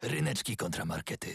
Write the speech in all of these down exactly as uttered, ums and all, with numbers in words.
Ryneczki kontramarkety.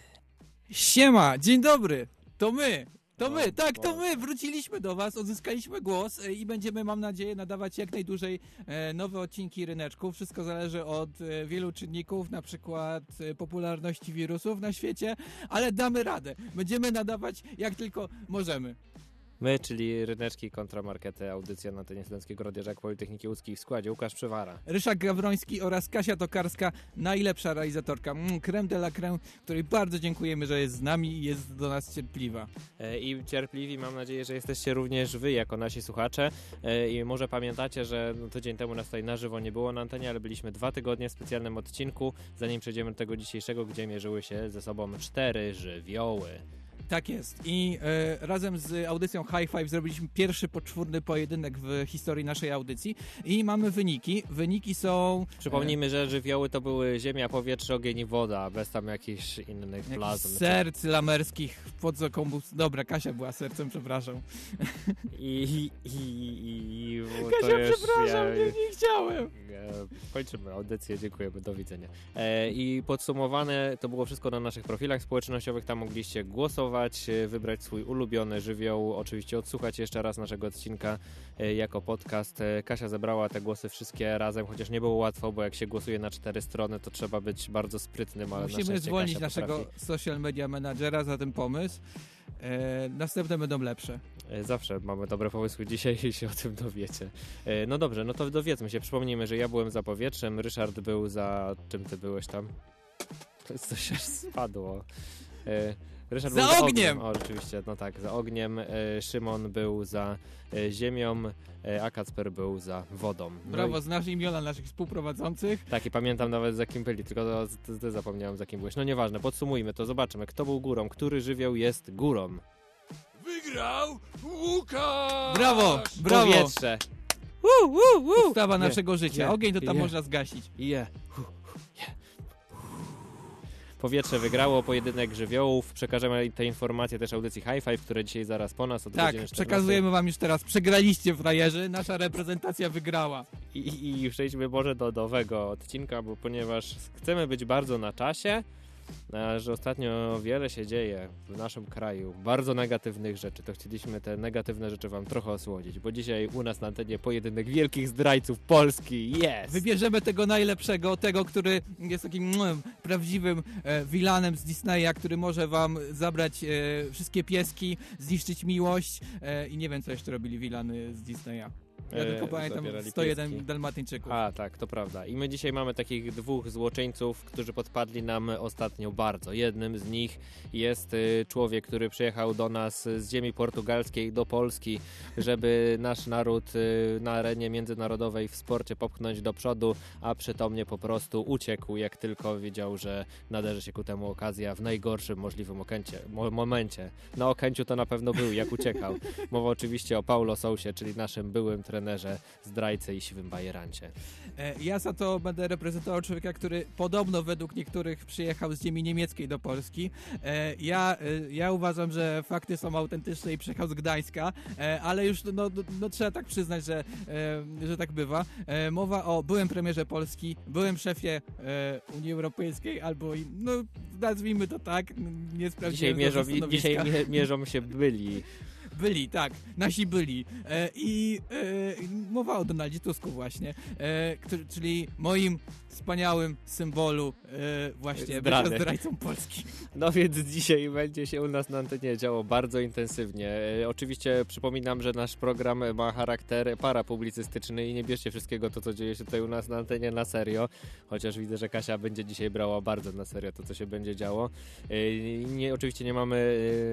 Siema, dzień dobry, to my, to my, No, tak, to no. my, wróciliśmy do was, odzyskaliśmy głos e, i będziemy, mam nadzieję, nadawać jak najdłużej e, nowe odcinki Ryneczków. Wszystko zależy od e, wielu czynników, na przykład e, popularności wirusów na świecie, ale damy radę, będziemy nadawać jak tylko możemy. My, czyli Ryneczki kontramarkety, audycja na antenie Studenckiego Radia Żak Politechniki Łódzkiej w składzie Łukasz Przywara. Ryszard Gawroński oraz Kasia Tokarska, najlepsza realizatorka, mm, creme de la creme, której bardzo dziękujemy, że jest z nami i jest do nas cierpliwa. E, I cierpliwi, mam nadzieję, że jesteście również wy, jako nasi słuchacze. E, I może pamiętacie, że no, tydzień temu nas tutaj na żywo nie było na antenie, ale byliśmy dwa tygodnie w specjalnym odcinku, zanim przejdziemy do tego dzisiejszego, gdzie mierzyły się ze sobą cztery żywioły. Tak jest. I e, razem z audycją High Five zrobiliśmy pierwszy poczwórny pojedynek w historii naszej audycji i mamy wyniki. Wyniki są... Przypomnijmy, że żywioły to były ziemia, powietrze, ogień i woda, bez tam jakichś innych e, plazm. serc lamerskich pod kombust... Dobra, Kasia była sercem, przepraszam. I... i, i, i bo Kasia, to już, przepraszam, ja, nie, nie chciałem. E, Kończymy audycję, dziękujemy, do widzenia. E, I podsumowane to było wszystko na naszych profilach społecznościowych, tam mogliście głosować, e, wybrać swój ulubiony żywioł, oczywiście odsłuchać jeszcze raz naszego odcinka e, jako podcast. E, Kasia zebrała te głosy wszystkie razem, chociaż nie było łatwo, bo jak się głosuje na cztery strony, to trzeba być bardzo sprytnym, ale na Musimy szczęście zwolnić Kasia naszego potrafi. social media managera za ten pomysł. E, następne będą lepsze. E, Zawsze mamy dobre pomysły, dzisiaj się o tym dowiecie. E, No dobrze, no to dowiedzmy się, przypomnijmy, że ja byłem za powietrzem, Ryszard był za... czym ty byłeś tam? To jest coś aż spadło. E, Ryszard Za był za ogniem! O, rzeczywiście, no tak, za ogniem. E, Szymon był za e, ziemią, e, a Kacper był za wodą. No Brawo, i, znasz imiona naszych współprowadzących. tak, i pamiętam nawet za kim byli, tylko to, to, to zapomniałem za kim byłeś. No nieważne, podsumujmy to, zobaczymy, kto był górą, który żywioł jest górą. Wygrał Łukasz! Brawo, brawo. Powietrze! Podstawa Nie, naszego życia. nie, Ogień to tam nie. można zgasić. I je. je. Powietrze wygrało, pojedynek żywiołów. Przekażemy te informacje też audycji High Five, które dzisiaj zaraz po nas od Tak, godziny czternastej. przekazujemy wam już teraz. Przegraliście, frajerzy. Nasza reprezentacja wygrała. I, i, I przejdźmy może do nowego odcinka, bo ponieważ chcemy być bardzo na czasie, a że ostatnio wiele się dzieje w naszym kraju, bardzo negatywnych rzeczy, to chcieliśmy te negatywne rzeczy wam trochę osłodzić, bo dzisiaj u nas na antenie pojedynek wielkich zdrajców Polski. Jest! Wybierzemy tego najlepszego, tego, który jest takim mm, prawdziwym e, vilanem z Disneya, który może wam zabrać e, wszystkie pieski, zniszczyć miłość e, i nie wiem, co jeszcze robili vilany z Disneya. Ja E, tylko pamiętam zabierali sto jeden pieski. Dalmatyńczyków. A, tak, to prawda. I my dzisiaj mamy takich dwóch złoczyńców, którzy podpadli nam ostatnio bardzo. Jednym z nich jest y, człowiek, który przyjechał do nas z ziemi portugalskiej do Polski, żeby nasz naród y, na arenie międzynarodowej w sporcie popchnąć do przodu, a przytomnie po prostu uciekł, jak tylko wiedział, że nadarzy się ku temu okazja w najgorszym możliwym okęcie, mo- momencie. Na okęciu to na pewno był, jak uciekał. Mowa oczywiście o Paulo Sousie, czyli naszym byłym trenerze, zdrajcy i siwym bajerancie. E, ja za to będę reprezentował człowieka, który podobno według niektórych przyjechał z ziemi niemieckiej do Polski. E, ja, e, ja uważam, że fakty są autentyczne i przyjechał z Gdańska, e, ale już no, no, no, trzeba tak przyznać, że, e, że tak bywa. E, mowa o byłym premierze Polski, byłym szefie e, Unii Europejskiej, albo i- no nazwijmy to tak, n- nie Dzisiaj, sprawdziłem mierzą, tego stanowiska. dzisiaj mie- mierzą się byli. Byli, tak, nasi byli. E, I e, mowa o Donaldzie Tusku właśnie, e, który, czyli moim wspaniałym symbolu e, właśnie Zdrady. bycia zdrajcą Polski. No więc dzisiaj będzie się u nas na antenie działo bardzo intensywnie. E, oczywiście przypominam, że nasz program ma charakter parapublicystyczny i nie bierzcie wszystkiego to, co dzieje się tutaj u nas na antenie na serio, chociaż widzę, że Kasia będzie dzisiaj brała bardzo na serio to, co się będzie działo. E, nie, oczywiście nie mamy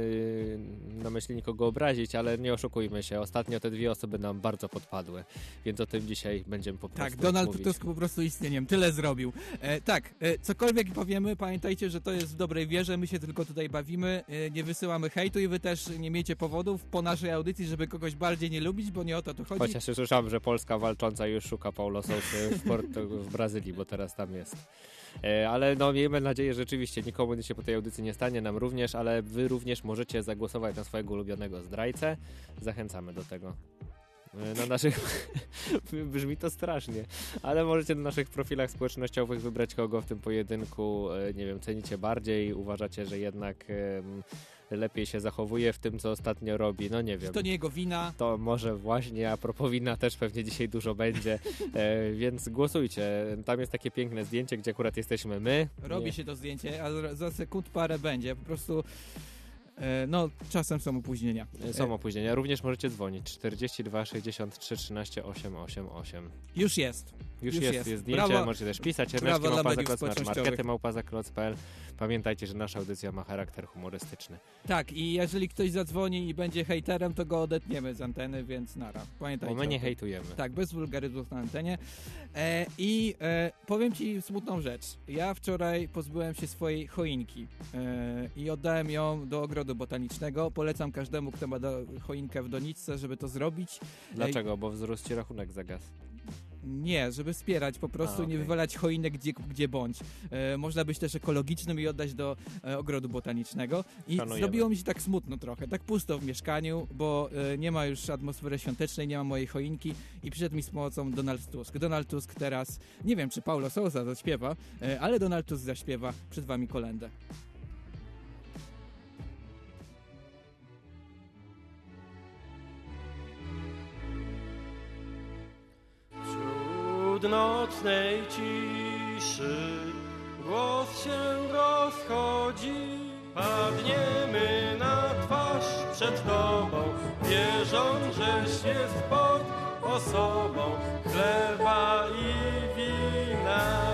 e, na myśli nikogo obrazić, ale nie oszukujmy się, ostatnio te dwie osoby nam bardzo podpadły, więc o tym dzisiaj będziemy po prostu Tak, Donald mówić. Tusk po prostu istnieniem, tyle zrobił. E, tak, e, cokolwiek powiemy, pamiętajcie, że to jest w dobrej wierze, my się tylko tutaj bawimy, e, nie wysyłamy hejtu i wy też nie miejcie powodów po naszej audycji, żeby kogoś bardziej nie lubić, bo nie o to tu chodzi. Chociaż już słyszałem, że Polska walcząca już szuka Paulo Sousy w, Portu- w Brazylii, bo teraz tam jest. E, Ale no miejmy nadzieję, że rzeczywiście nikomu nic się po tej audycji nie stanie, nam również, ale wy również możecie zagłosować na swojego ulubionego zdrajcę. Zachęcamy do tego. Na naszych... Brzmi to strasznie, ale możecie na naszych profilach społecznościowych wybrać, kogo w tym pojedynku, nie wiem, cenicie bardziej, uważacie, że jednak um, lepiej się zachowuje w tym, co ostatnio robi, no nie wiem. To nie jego wina. To może właśnie, a propos wina też pewnie dzisiaj dużo będzie, e, więc głosujcie. Tam jest takie piękne zdjęcie, gdzie akurat jesteśmy my. Robi nie. się to zdjęcie, a za sekund parę będzie, po prostu... No, czasem są opóźnienia. Są opóźnienia. Również możecie dzwonić. czterdzieści dwa sześćdziesiąt trzy trzynaście osiemset osiemdziesiąt osiem. Już jest. Już, Już jest, jest. jest zdjęcie. Brawo. Możecie też pisać. Brawo dla mediów markety społecznościowych. małpa.zakloc kropka p l. Pamiętajcie, że nasza audycja ma charakter humorystyczny. Tak, i jeżeli ktoś zadzwoni i będzie hejterem, to go odetniemy z anteny, więc nara. Pamiętajcie. Bo my nie o tym. hejtujemy. Tak, bez wulgaryzmów na antenie. E, I e, powiem ci smutną rzecz. Ja wczoraj pozbyłem się swojej choinki e, i oddałem ją do ogrodu botanicznego. Polecam każdemu, kto ma do, choinkę w doniczce, żeby to zrobić. Dlaczego? Bo wzrósł ci rachunek za gaz. Nie, żeby wspierać, po prostu A, okay. nie wywalać choinek gdzie, gdzie bądź. E, można być też ekologicznym i oddać do e, ogrodu botanicznego. I Szanujemy. zrobiło mi się tak smutno trochę, tak pusto w mieszkaniu, bo e, nie ma już atmosfery świątecznej, nie ma mojej choinki i przyszedł mi z pomocą Donald Tusk. Donald Tusk teraz, nie wiem czy Paulo Sousa zaśpiewa, e, ale Donald Tusk zaśpiewa przed wami kolędę. Wśród nocnej ciszy głos się rozchodzi. Padniemy na twarz przed Tobą, wierząc, żeś jest pod osobą chleba i wina.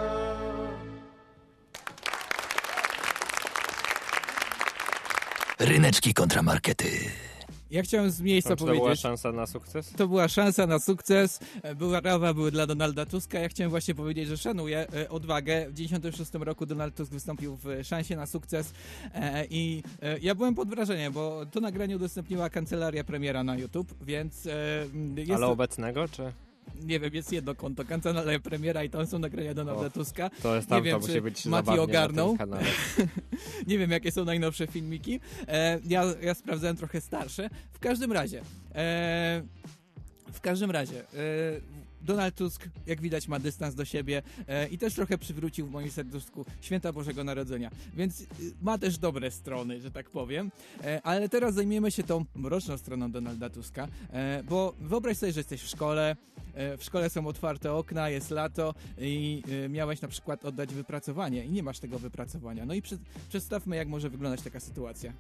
Ryneczki kontra markety. Ja chciałem z miejsca Czy to powiedzieć... była szansa na sukces? To była szansa na sukces, była brawa, były dla Donalda Tuska. Ja chciałem właśnie powiedzieć, że szanuję e, odwagę. W dziewięćdziesiątym szóstym roku Donald Tusk wystąpił w Szansie na sukces e, i e, ja byłem pod wrażeniem, bo to nagranie udostępniła kancelaria premiera na YouTube, więc e, jest... Ale obecnego, czy? Nie wiem, jest jedno konto, kancelaria premiera i tam są nagrania Donalda O, Tuska. To jest tam, Nie wiem, to czy musi być Mati zabawnie ogarnął. na tym kanale. Nie wiem, jakie są najnowsze filmiki. E, ja, ja sprawdzałem trochę starsze. W każdym razie, e, w każdym razie, e, Donald Tusk, jak widać, ma dystans do siebie e, i też trochę przywrócił w moim serduszku Święta Bożego Narodzenia, więc e, ma też dobre strony, że tak powiem, e, ale teraz zajmiemy się tą mroczną stroną Donalda Tuska, e, bo wyobraź sobie, że jesteś w szkole, e, w szkole są otwarte okna, jest lato i e, miałeś na przykład oddać wypracowanie i nie masz tego wypracowania. No i przed, przedstawmy, jak może wyglądać taka sytuacja.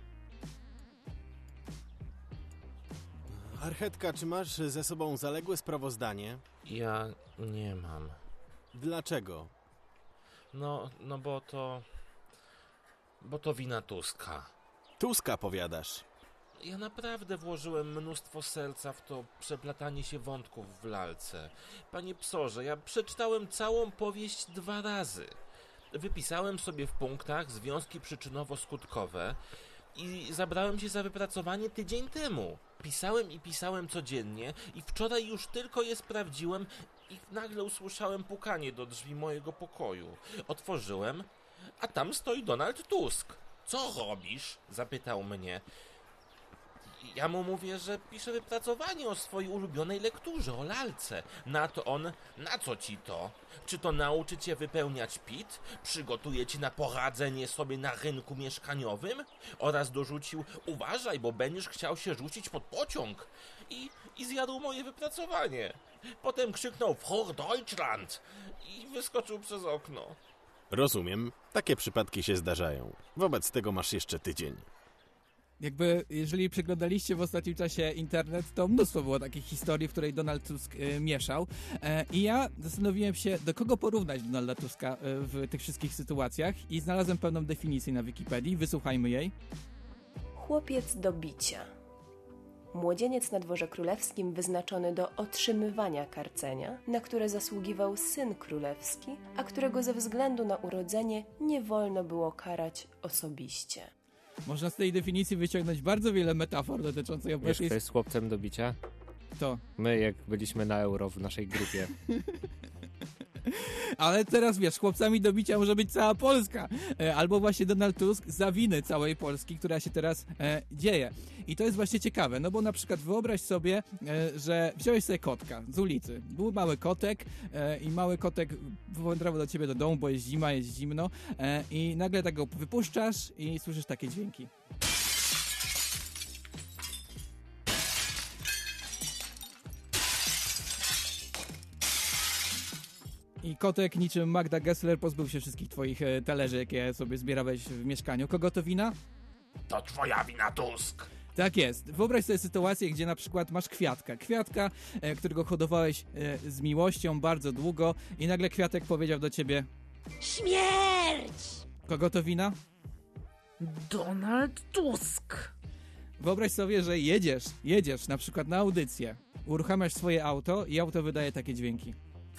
Archetka, czy masz ze sobą zaległe sprawozdanie? Ja nie mam. Dlaczego? No, no bo to... Bo to wina Tuska. Tuska, powiadasz. Ja naprawdę włożyłem mnóstwo serca w to przeplatanie się wątków w lalce. Panie psorze, ja przeczytałem całą powieść dwa razy. Wypisałem sobie w punktach związki przyczynowo-skutkowe i zabrałem się za wypracowanie tydzień temu. Pisałem i pisałem codziennie i wczoraj już tylko je sprawdziłem i nagle usłyszałem pukanie do drzwi mojego pokoju. Otworzyłem, a tam stoi Donald Tusk. Co robisz? Zapytał mnie. Ja mu mówię, że piszę wypracowanie o swojej ulubionej lekturze, o lalce. Na to on, na co ci to? Czy to nauczy cię wypełniać pit? Przygotuje ci na poradzenie sobie na rynku mieszkaniowym? Oraz dorzucił, uważaj, bo będziesz chciał się rzucić pod pociąg. I, i zjadł moje wypracowanie. Potem krzyknął Für Deutschland i wyskoczył przez okno. Rozumiem, takie przypadki się zdarzają. Wobec tego masz jeszcze tydzień. Jakby, jeżeli przeglądaliście w ostatnim czasie internet, to mnóstwo było takich historii, w której Donald Tusk y, mieszał. E, I ja zastanowiłem się, do kogo porównać Donalda Tuska y, w tych wszystkich sytuacjach i znalazłem pewną definicję na Wikipedii. Wysłuchajmy jej. Chłopiec do bicia. Młodzieniec na dworze królewskim wyznaczony do otrzymywania karcenia, na które zasługiwał syn królewski, a którego ze względu na urodzenie nie wolno było karać osobiście. Można z tej definicji wyciągnąć bardzo wiele metafor dotyczących Wiesz, obecnej... kto jest chłopcem do bicia? To. My, jak byliśmy na Euro w naszej grupie. Ale teraz wiesz, chłopcami do bicia może być cała Polska. E, albo właśnie Donald Tusk za winy całej Polski, która się teraz e, dzieje. I to jest właśnie ciekawe, no bo na przykład wyobraź sobie, e, że wziąłeś sobie kotka z ulicy. Był mały kotek e, i mały kotek wywędrował do ciebie do domu, bo jest zima, jest zimno e, i nagle tak go wypuszczasz i słyszysz takie dźwięki. I kotek niczym Magda Gessler pozbył się wszystkich twoich e, talerzy, jakie sobie zbierałeś w mieszkaniu. Kogo to wina? To twoja wina, Tusk. Tak jest. Wyobraź sobie sytuację, gdzie na przykład masz kwiatka. Kwiatka, e, którego hodowałeś e, z miłością bardzo długo i nagle kwiatek powiedział do ciebie: śmierć! Kogo to wina? Donald Tusk. Wyobraź sobie, że jedziesz, jedziesz na przykład na audycję, uruchamiasz swoje auto i auto wydaje takie dźwięki.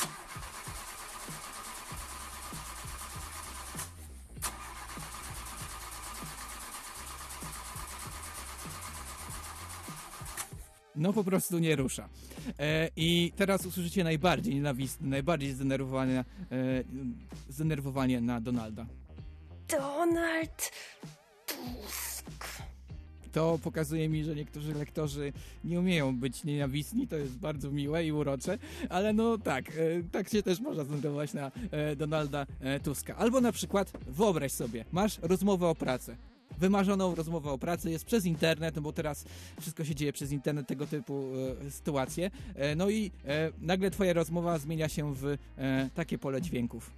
No po prostu nie rusza. E, I teraz usłyszycie najbardziej nienawistne, najbardziej zdenerwowanie, e, zdenerwowanie na Donalda. Donald Tusk. To pokazuje mi, że niektórzy lektorzy nie umieją być nienawistni, to jest bardzo miłe i urocze, ale no tak, e, tak się też można zdenerwować na e, Donalda e, Tuska. Albo na przykład wyobraź sobie, masz rozmowę o pracę. Wymarzoną rozmowę o pracy jest przez internet, no bo teraz wszystko się dzieje przez internet, tego typu e, sytuacje. E, no i e, nagle twoja rozmowa zmienia się w e, takie pole dźwięków.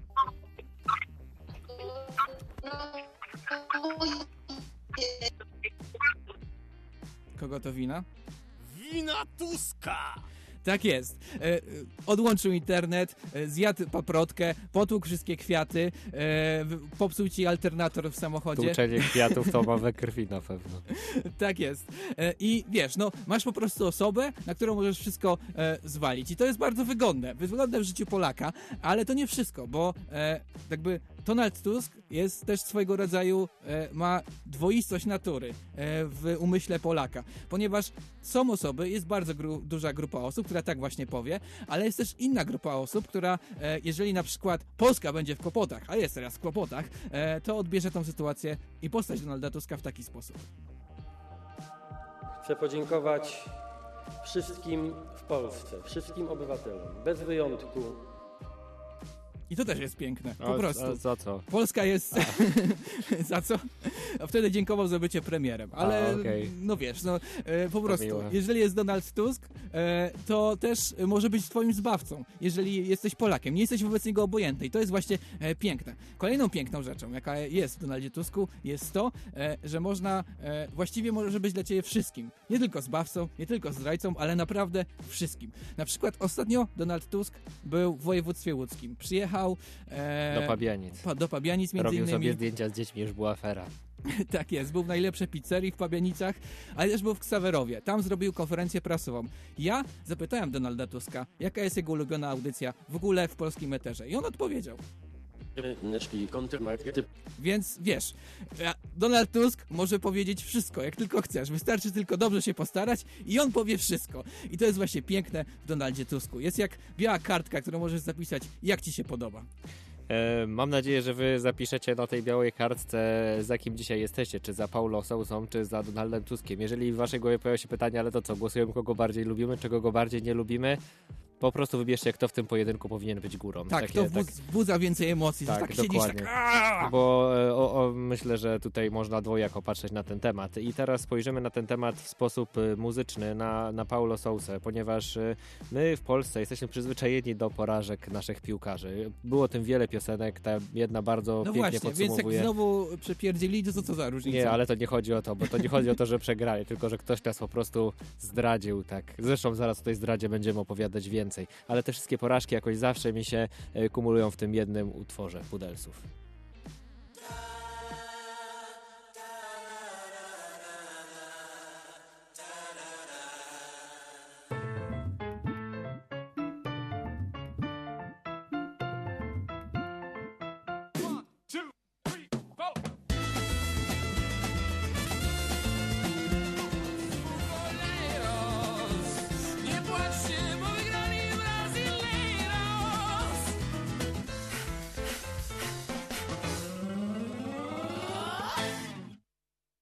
Kogo to wina? Wina Tuska! Tak jest. E, odłączył internet, e, zjadł paprotkę, potłukł wszystkie kwiaty, e, popsuł ci alternator w samochodzie. Tłuczenie kwiatów to ma we krwi na pewno. Tak jest. E, I wiesz, no masz po prostu osobę, na którą możesz wszystko e, zwalić. I to jest bardzo wygodne. Wygodne w życiu Polaka, ale to nie wszystko, bo e, jakby Donald Tusk jest też swojego rodzaju, e, ma dwoistość natury e, w umyśle Polaka, ponieważ są osoby, jest bardzo gru, duża grupa osób, która tak właśnie powie, ale jest też inna grupa osób, która e, jeżeli na przykład Polska będzie w kłopotach, a jest teraz w kłopotach, e, to odbierze tą sytuację i postać Donalda Tuska w taki sposób. Chcę podziękować wszystkim w Polsce, wszystkim obywatelom, bez wyjątku. I to też jest piękne, po a, prostu. A za co? Polska jest... za co? A wtedy dziękował za bycie premierem, ale a, okay. no wiesz, no e, po prostu, miłe. jeżeli jest Donald Tusk, e, to też może być twoim zbawcą, jeżeli jesteś Polakiem, nie jesteś wobec niego obojętny i to jest właśnie e, piękne. Kolejną piękną rzeczą, jaka jest w Donaldzie Tusku, jest to, e, że można, e, właściwie może być dla ciebie wszystkim, nie tylko zbawcą, nie tylko zdrajcą, ale naprawdę wszystkim. Na przykład ostatnio Donald Tusk był w województwie łódzkim, przyjechał E, do Pabianic. Pa, do Pabianic między Robił innymi. sobie zdjęcia z dziećmi, już była afera. Tak jest, był w najlepszej pizzerii w Pabianicach, ale też był w Ksawerowie. Tam zrobił konferencję prasową. Ja zapytałem Donalda Tuska, jaka jest jego ulubiona audycja w ogóle w polskim eterze. I on odpowiedział. Więc wiesz, Donald Tusk może powiedzieć wszystko, jak tylko chcesz. Wystarczy tylko dobrze się postarać i on powie wszystko. I to jest właśnie piękne w Donaldzie Tusku. Jest jak biała kartka, którą możesz zapisać, jak ci się podoba. E, mam nadzieję, że wy zapiszecie na tej białej kartce, za kim dzisiaj jesteście, czy za Paulo Sousą, czy za Donaldem Tuskiem. Jeżeli w waszej głowie pojawią się pytania, ale to co, głosujemy kogo bardziej lubimy, czego go bardziej nie lubimy, po prostu wybierzcie, kto w tym pojedynku powinien być górą. Tak, Takie, to wzbudza tak, więcej emocji, tak, że tak siedzisz, tak... Bo o, o, myślę, że tutaj można dwojako patrzeć na ten temat. I teraz spojrzymy na ten temat w sposób muzyczny, na, na Paulo Sousę, ponieważ my w Polsce jesteśmy przyzwyczajeni do porażek naszych piłkarzy. Było tym wiele piosenek, ta jedna bardzo no pięknie właśnie, podsumowuje. Więc jak znowu przepierdzieli, to co to za różnica? Nie, ale to nie chodzi o to, bo to nie chodzi o to, że przegrali, tylko że ktoś nas po prostu zdradził, tak. Zresztą zaraz o tej zdradzie będziemy opowiadać więcej. Ale te wszystkie porażki jakoś zawsze mi się kumulują w tym jednym utworze Pudelsów.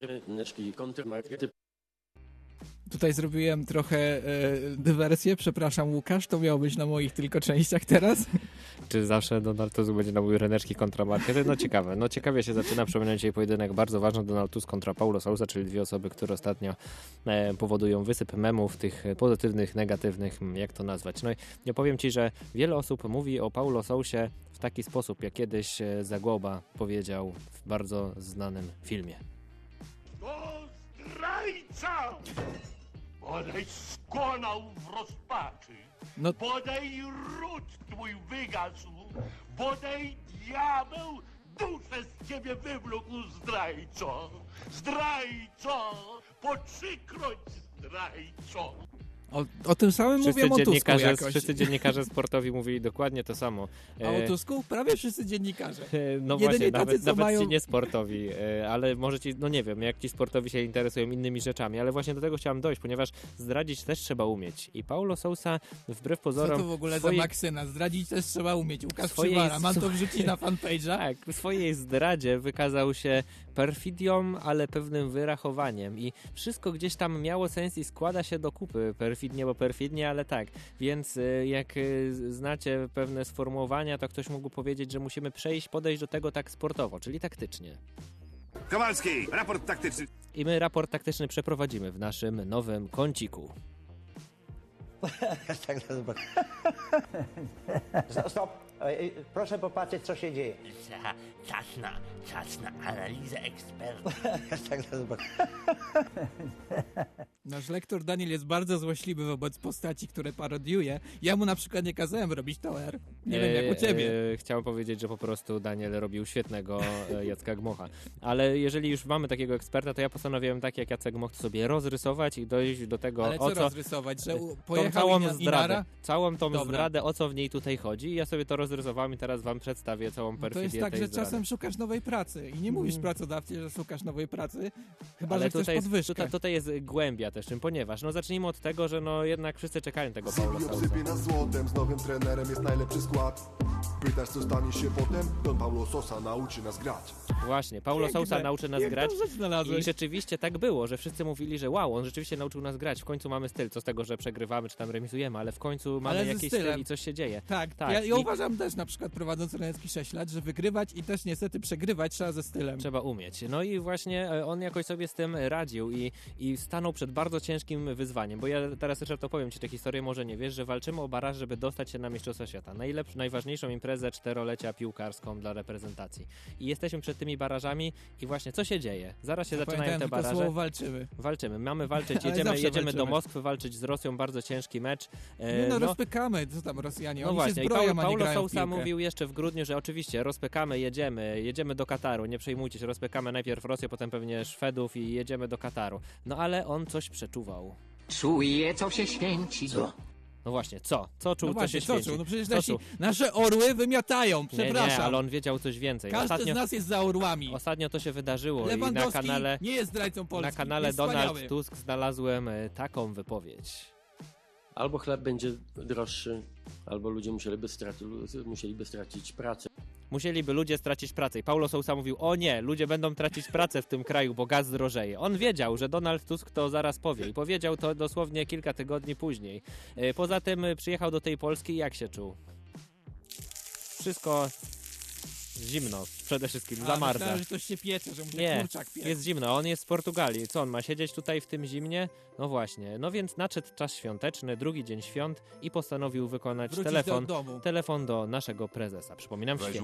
Ryneczki kontrmarkety. Tutaj zrobiłem trochę e, dywersję, przepraszam Łukasz, to miało być na moich tylko częściach teraz. Czy zawsze Donald Tusk będzie na mój Reneczki kontra markety? No ciekawe. No ciekawie się zaczyna. Przypominam dzisiaj pojedynek bardzo ważny. Donald Tusk kontra Paulo Sousa, czyli dwie osoby, które ostatnio e, powodują wysyp memów, tych pozytywnych, negatywnych, jak to nazwać. No i ja powiem Ci, że wiele osób mówi o Paulo Sousie w taki sposób, jak kiedyś e, Zagłoba powiedział w bardzo znanym filmie. To zdrajca! Bodaj skonał w rozpaczy. No. Bodaj ród twój wygasł. Bodaj diabeł duszę z ciebie wywlókł, zdrajco. Zdrajco! Po trzykroć zdrajco! O, o tym samym Wszyscy mówią o Tusku dziennikarze, jakoś. wszyscy dziennikarze sportowi mówili dokładnie to samo. A o Tusku? Prawie wszyscy dziennikarze. No Jedynie właśnie, tacy, nawet, co nawet mają... ci nie sportowi, ale może ci, no nie wiem, jak ci sportowi się interesują innymi rzeczami, ale właśnie do tego chciałem dojść, ponieważ zdradzić też trzeba umieć. I Paulo Sousa wbrew pozorom... Co to w ogóle swojej... za maksyna? Zdradzić też trzeba umieć. Łukasz swojej... Przywara, mam to wrzucić na fanpage'a. Tak, w swojej zdradzie wykazał się perfidią, ale pewnym wyrachowaniem i wszystko gdzieś tam miało sens i składa się do kupy. Perfidnie, bo perfidnie, ale tak. Więc jak znacie pewne sformułowania, to ktoś mógł powiedzieć, że musimy przejść, podejść do tego tak sportowo, czyli taktycznie. Kowalski, raport taktyczny. I my raport taktyczny przeprowadzimy w naszym nowym kąciku. Stop. Proszę popatrzeć, co się dzieje. Czas na, czas na analizę ekspertów. Nasz lektor Daniel jest bardzo złośliwy wobec postaci, które parodiuje. Ja mu na przykład nie kazałem robić to R. Nie wiem jak u ciebie. E, e, chciałem powiedzieć, że po prostu Daniel robił świetnego e, Jacka Gmocha. Ale jeżeli już mamy takiego eksperta, to ja postanowiłem tak jak Jacek Gmoch sobie rozrysować i dojść do tego, Ale co o co... rozrysować? Że tą pojechał całą Ina, zdradę, Inara? całą tą Dobra. zdradę, o co w niej tutaj chodzi. I ja sobie to rozrysowałem i teraz wam przedstawię całą No to perfidię jest tak, tej że zdrady. czasem szukasz nowej pracy i nie mówisz Mm. pracodawcy, że szukasz nowej pracy, chyba Ale że chcesz tutaj jest, podwyżkę. tutaj, tutaj jest głębia też czym, ponieważ no zacznijmy od tego, że no jednak wszyscy czekają na tego Paulo Sousa. Obsypie nas złotem, z nowym trenerem jest najlepszy skład. Pytasz, co stanie się potem? Don Paulo Sousa nauczy nas grać. Właśnie, Paulo Piękne. Sousa nauczy nas Jak grać tą rzecz znalazłeś? i rzeczywiście tak było, że wszyscy mówili, że wow, on rzeczywiście nauczył nas grać. W końcu mamy styl, co z tego, że przegrywamy czy tam remisujemy, ale w końcu mamy Ale ze jakiś stylem. styl i coś się dzieje. Tak, Tak, ja, ja i- uważam też na przykład prowadząc Renecki sześć lat, że wygrywać i też niestety przegrywać trzeba ze stylem. Trzeba umieć. No i właśnie e, on jakoś sobie z tym radził i, i stanął przed bardzo ciężkim wyzwaniem, bo ja teraz jeszcze to powiem ci tę historię, może nie wiesz, że walczymy o baraż, żeby dostać się na Mistrzostwa Świata. Najlepszą, najważniejszą imprezę czterolecia piłkarską dla reprezentacji. I jesteśmy przed tymi barażami i właśnie co się dzieje? Zaraz się Ja zaczynają pamiętałem te tylko baraże. słowo walczymy. Walczymy, mamy walczyć, Ale jedziemy, zawsze jedziemy do walczymy. Moskwy walczyć z Rosją, bardzo ciężki mecz. E, Nie no, rozpykamy, co tam Rosjanie, no oni właśnie, się i zbroją, Paulo, a nie Paulo grają w Sousa piłkę. mówił jeszcze w grudniu, że oczywiście rozpykamy, jedziemy, jedziemy do Kataru, nie przejmujcie się, rozpykamy najpierw Rosję, potem pewnie Szwedów i jedziemy do Kataru. No ale on coś przeczuwał. Czuję, co się święci. Co? No właśnie, co? Co czuł, No właśnie, co się co święci? czuł? No przecież Co nasi, czuł? nasze orły wymiatają, Nie, przepraszam. nie, ale on wiedział coś więcej. Każdy Ostatnio, z nas jest za orłami. ostatnio to się wydarzyło i na Lewandowski kanale, nie jest zdrajcą Polski. na kanale jest Donald wspaniały. Tusk znalazłem e, taką wypowiedź. Albo chleb będzie droższy, albo ludzie musieliby, straty, musieliby stracić pracę. Musieliby ludzie stracić pracę. I Paulo Sousa mówił, o nie, ludzie będą tracić pracę w tym kraju, bo gaz drożeje. On wiedział, że Donald Tusk to zaraz powie i powiedział to dosłownie kilka tygodni później. E, Poza tym e, przyjechał do tej Polski i jak się czuł? Wszystko zimno, przede wszystkim, A, zamarza. myślałem, że ktoś się piecze, że mu się Nie, kurczak piecze. jest zimno, on jest z Portugalii. Co, on ma siedzieć tutaj w tym zimnie? No właśnie. No więc nadszedł czas świąteczny, drugi dzień świąt i postanowił wykonać Wrócić telefon do domu. telefon do naszego prezesa. Przypominam święta.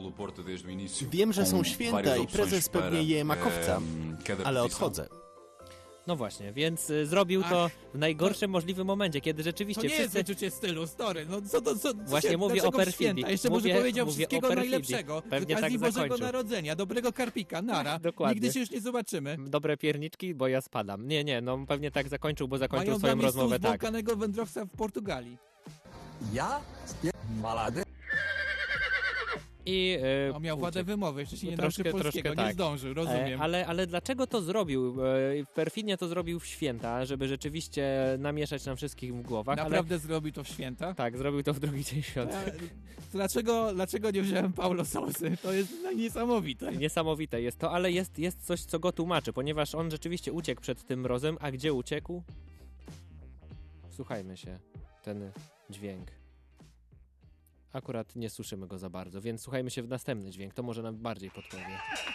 Wiem, że są święta i prezes pewnie je makowca, ale odchodzę. No właśnie, więc y, zrobił Ach, to w najgorszym możliwym momencie, kiedy rzeczywiście To nie jest wszyscy... wyczucie stylu, story. No co to, co, co Właśnie się, mówię o dlaczego w perfidii. święta? Jeszcze Mówię- może powiedział mówię wszystkiego o perfidii. najlepszego. Pewnie z okazji tak Bożego zakończył. Narodzenia, dobrego karpika, nara. Dokładnie. Nigdy się już nie zobaczymy. Dobre pierniczki, bo ja spadam. Nie, nie, no pewnie tak zakończył, bo zakończył Mają swoją dla mnie stół rozmowę z tak. wulkanego wędrowca w Portugalii. Ja? Malady? I, e, On miał wadę wymowy, jeszcze się nie troszkę, nauczył polskiego, troszkę, nie tak. zdążył, rozumiem. E, ale, ale dlaczego to zrobił? E, perfidnie to zrobił w święta, żeby rzeczywiście namieszać nam wszystkich w głowach. Naprawdę ale... zrobił to w święta? Tak, zrobił to w drugi dzień świąt. E, dlaczego, dlaczego nie wziąłem Paulo Sousy? To jest no, niesamowite. Niesamowite jest to, ale jest, jest coś, co go tłumaczy, ponieważ on rzeczywiście uciekł przed tym mrozem, a gdzie uciekł? Słuchajmy się, ten dźwięk. Akurat nie słyszymy go za bardzo, więc słuchajmy się w następny dźwięk, to może nam bardziej podpowie.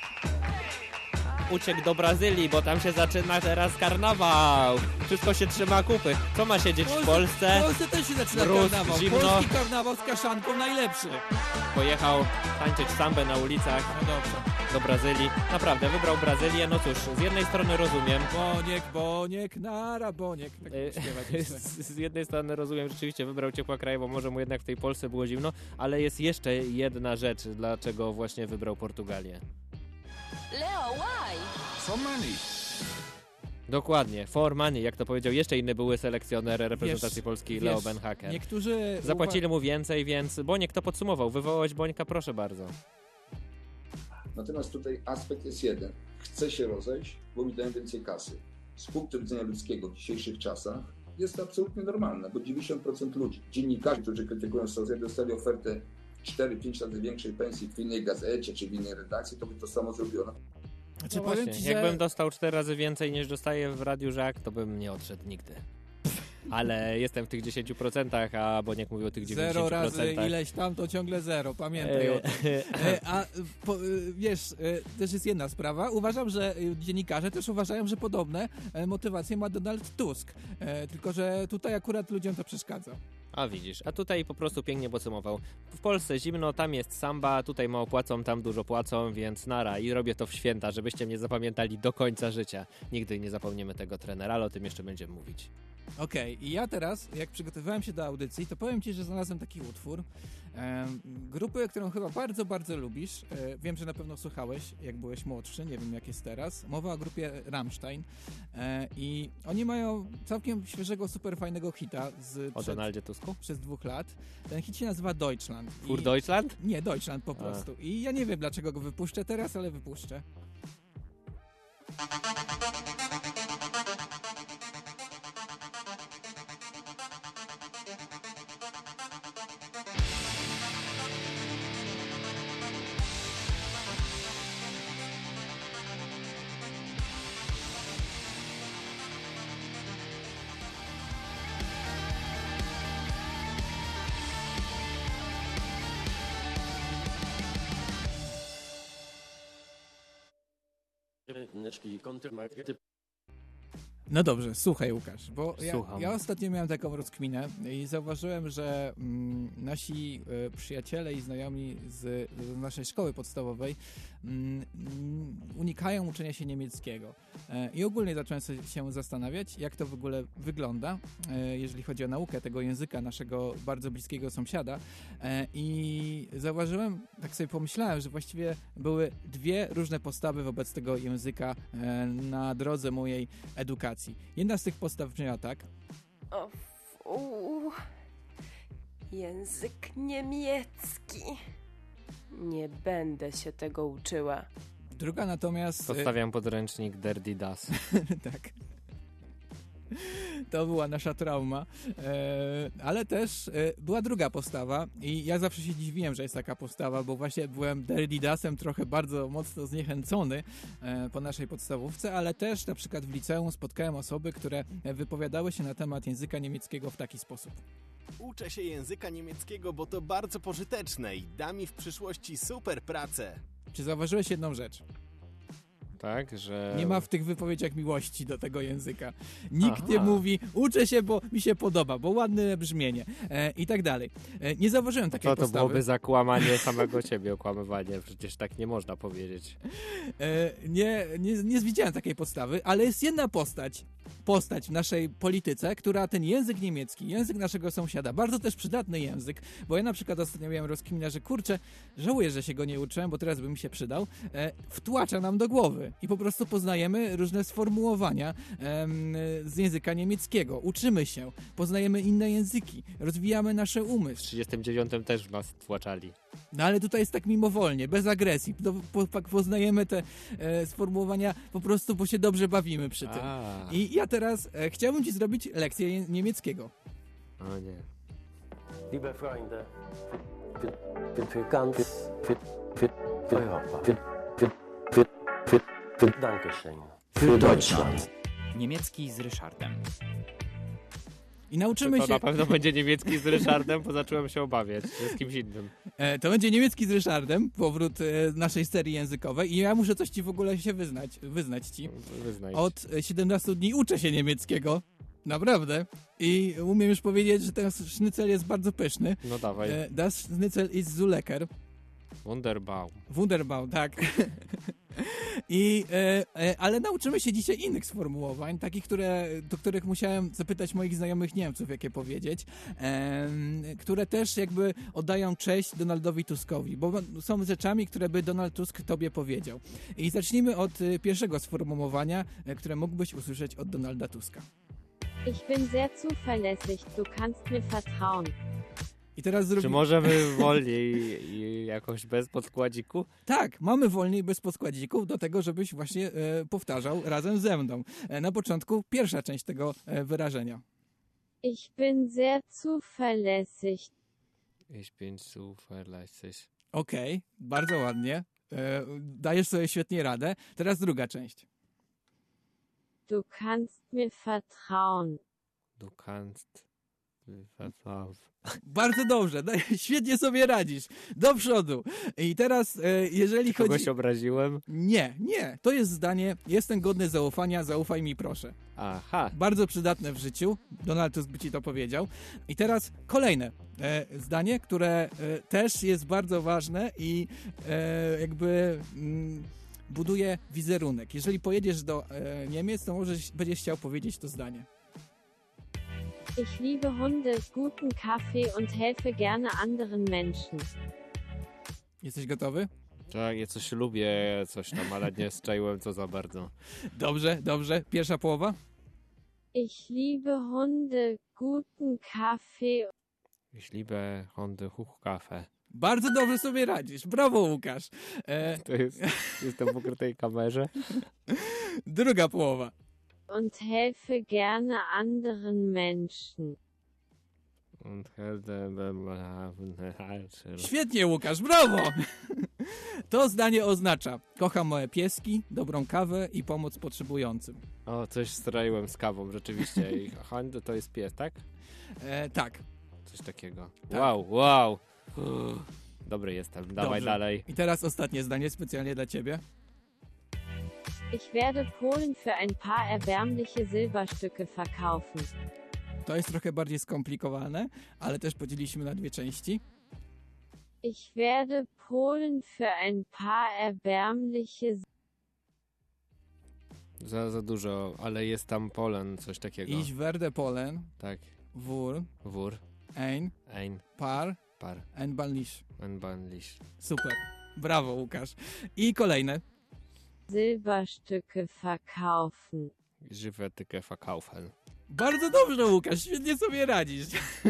Uciekł do Brazylii, bo tam się zaczyna teraz karnawał. Wszystko się trzyma kupy. Co ma siedzieć w Polsce? W Polsce też się zaczyna Mróz, karnawał. zimno. Polski karnawał z kaszanką najlepszy. Pojechał tańczyć sambę na ulicach. No dobrze. Do Brazylii. Naprawdę, wybrał Brazylię. No cóż, z jednej strony rozumiem. Boniek, boniek, nara, boniek. Tak śpiewać z, z jednej strony rozumiem, rzeczywiście wybrał ciepła kraje, bo może mu jednak w tej Polsce było zimno, ale jest jeszcze jedna rzecz, dlaczego właśnie wybrał Portugalię. Leo, why? For money. Dokładnie, for money, jak to powiedział jeszcze inny były selekcjoner reprezentacji wiesz, Polski, wiesz, Leo Benhaker. Niektórzy zapłacili mu więcej, więc Boniek to podsumował. Wywołać Bońka, proszę bardzo. Natomiast tutaj aspekt jest jeden. Chcę się rozejść, bo mi dają więcej kasy. Z punktu widzenia ludzkiego w dzisiejszych czasach jest to absolutnie normalne, bo dziewięćdziesiąt procent ludzi, dziennikarzy, którzy krytykują Sosję, dostali ofertę cztery pięć razy większej pensji w innej gazecie czy w innej redakcji, to by to samo zrobiono. Znaczy, no właśnie, ci, że... Jakbym dostał cztery razy więcej niż dostaję w Radiu Żak, to bym nie odszedł nigdy. Ale jestem w tych dziesięciu procentach, a Boniek mówił o tych dziewięćdziesięciu procentach. Zero razy ileś tam, to ciągle zero, pamiętaj o tym. E, a po, wiesz, też jest jedna sprawa. Uważam, że dziennikarze też uważają, że podobne motywacje ma Donald Tusk. E, tylko, że tutaj akurat ludziom to przeszkadza. A widzisz, a tutaj po prostu pięknie podsumował. W Polsce zimno, tam jest samba, tutaj mało płacą, tam dużo płacą, więc nara. I robię to w święta, żebyście mnie zapamiętali do końca życia. Nigdy nie zapomniemy tego trenera, ale o tym jeszcze będziemy mówić. Okej, okay. I ja teraz, jak przygotowywałem się do audycji, to powiem Ci, że znalazłem taki utwór e, grupy, którą chyba bardzo, bardzo lubisz. E, wiem, że na pewno słuchałeś, jak byłeś młodszy, nie wiem jak jest teraz. Mowa o grupie Rammstein e, i oni mają całkiem świeżego, super fajnego hita z o przed, Donaldzie Tusku? Przez dwóch lat. Ten hit się nazywa Deutschland. Fur I, Deutschland? Nie, Deutschland po prostu. A. I ja nie wiem, dlaczego go wypuszczę teraz, ale wypuszczę. No dobrze, słuchaj Łukasz, bo ja, ja ostatnio miałem taką rozkminę i zauważyłem, że mm, nasi y, przyjaciele i znajomi z, z naszej szkoły podstawowej mm, unikają uczenia się niemieckiego. E, I ogólnie zacząłem się zastanawiać, jak to w ogóle wygląda, e, jeżeli chodzi o naukę tego języka naszego bardzo bliskiego sąsiada. E, I zauważyłem, tak sobie pomyślałem, że właściwie były dwie różne postawy wobec tego języka e, na drodze mojej edukacji. Jedna z tych postaw brzmiała tak. O, fu. Język niemiecki. Nie będę się tego uczyła. Druga natomiast... Podstawiam podręcznik Dirty Das. Tak. To była nasza trauma. E, ale też e, była druga postawa i ja zawsze się dziwiłem, że jest taka postawa, bo właśnie byłem Dirty Dasem trochę bardzo mocno zniechęcony e, po naszej podstawówce, ale też na przykład w liceum spotkałem osoby, które wypowiadały się na temat języka niemieckiego w taki sposób. Uczę się języka niemieckiego, bo to bardzo pożyteczne i da mi w przyszłości super pracę. Czy zauważyłeś jedną rzecz? Tak, że... Nie ma w tych wypowiedziach miłości do tego języka. Nikt Aha. nie mówi, uczę się, bo mi się podoba, bo ładne brzmienie e, i tak dalej. E, nie zauważyłem takiej to, to postawy. To byłoby zakłamanie samego ciebie, okłamywanie. Przecież tak nie można powiedzieć. E, nie, nie, nie widziałem takiej postawy, ale jest jedna postać, postać w naszej polityce, która ten język niemiecki, język naszego sąsiada, bardzo też przydatny język, bo ja na przykład ostatnio miałem rozkminę, że kurczę, żałuję, że się go nie uczyłem, bo teraz by mi się przydał, e, wtłacza nam do głowy. czytamy i po prostu poznajemy różne sformułowania em, z języka niemieckiego. Uczymy się, poznajemy inne języki, rozwijamy nasze umysł. W trzydziestym dziewiątym też w nas tłaczali. No ale tutaj jest tak mimowolnie, bez agresji. Do, po, po, poznajemy te e, sformułowania po prostu, bo się dobrze bawimy przy tym. A. I ja teraz e, chciałbym ci zrobić lekcję je, niemieckiego. O nie. Liebe Freunde, für, für, für ganz, für, für, für Europa, für, für, für, für, für Dankeschön, für Deutschland. Niemiecki z Ryszardem. I nauczymy to się... na pewno będzie niemiecki z Ryszardem, bo zacząłem się obawiać, że z kimś innym. E, to będzie niemiecki z Ryszardem, powrót e, naszej serii językowej i ja muszę coś ci w ogóle się wyznać, wyznać ci. Wyznać. Od siedemnastu dni uczę się niemieckiego, naprawdę. I umiem już powiedzieć, że ten sznycel jest bardzo pyszny. No dawaj. E, das Schnitzel ist so lecker. Wunderbaum. Wunderbaum, tak. I, e, e, ale nauczymy się dzisiaj innych sformułowań, takich, które, do których musiałem zapytać moich znajomych Niemców, jakie powiedzieć, e, które też jakby oddają cześć Donaldowi Tuskowi, bo są rzeczami, które by Donald Tusk tobie powiedział. I zacznijmy od e, pierwszego sformułowania, e, które mógłbyś usłyszeć od Donalda Tuska. Ich bin sehr zuverlässig, du kannst mir vertrauen. I teraz zrobimy... Czy możemy wolniej i jakoś bez podkładziku? Tak, mamy wolniej bez podkładzików do tego, żebyś właśnie e, powtarzał razem ze mną. E, na początku pierwsza część tego e, wyrażenia. Ich bin sehr zuverlässig. Ich bin zuverlässig. Okej, okay, bardzo ładnie. E, dajesz sobie świetnie radę. Teraz druga część. Du kannst mir vertrauen. Du kannst mir vertrauen. Bardzo dobrze, świetnie sobie radzisz. Do przodu. I teraz, jeżeli chodzi... Kogoś obraziłem? Nie, nie. To jest zdanie, jestem godny zaufania, zaufaj mi proszę. Aha. Bardzo przydatne w życiu. Donald Tusk by ci to powiedział. I teraz kolejne e, zdanie, które e, też jest bardzo ważne i e, jakby... Mm, buduje wizerunek. Jeżeli pojedziesz do e, Niemiec, to możesz, będziesz chciał powiedzieć to zdanie. Ich liebe Hunde, guten Kaffee und helfe gerne anderen Menschen. Jesteś gotowy? Tak, ja coś lubię, coś tam, ale nie zczaiłem co za bardzo. Dobrze, dobrze. Pierwsza połowa? Ich liebe Hunde, guten Kaffee. Ich liebe Hunde, hoch Kaffee. Bardzo dobrze sobie radzisz. Brawo, Łukasz. E... To jest, jestem w ukrytej kamerze. Druga połowa. Und helfe gerne anderen Menschen. Und helfe... Świetnie, Łukasz, brawo! To zdanie oznacza: kocham moje pieski, dobrą kawę i pomoc potrzebującym. O, coś straiłem z kawą, rzeczywiście. I Hund to jest pies, tak? E, tak. Coś takiego. Tak. Wow, wow. Uff, dobry jestem, dawaj Dobrze. dalej. I teraz ostatnie zdanie specjalnie dla ciebie. Ich werde Polen für ein paar erbärmliche Silberstücke verkaufen. To jest trochę bardziej skomplikowane, ale też podzieliliśmy na dwie części. Ich werde Polen für ein paar erbärmliche... Za, za dużo, ale jest tam Polen, coś takiego. Ich werde Polen. Tak. Wur. Wur. Ein. Ein. Par. Par. Einbalnisch. Einbalnisch. Super. Brawo, Łukasz. I kolejne. Silberstücke verkaufen. Silberstücke verkaufen. Bardzo dobrze, Łukasz, świetnie sobie radzisz.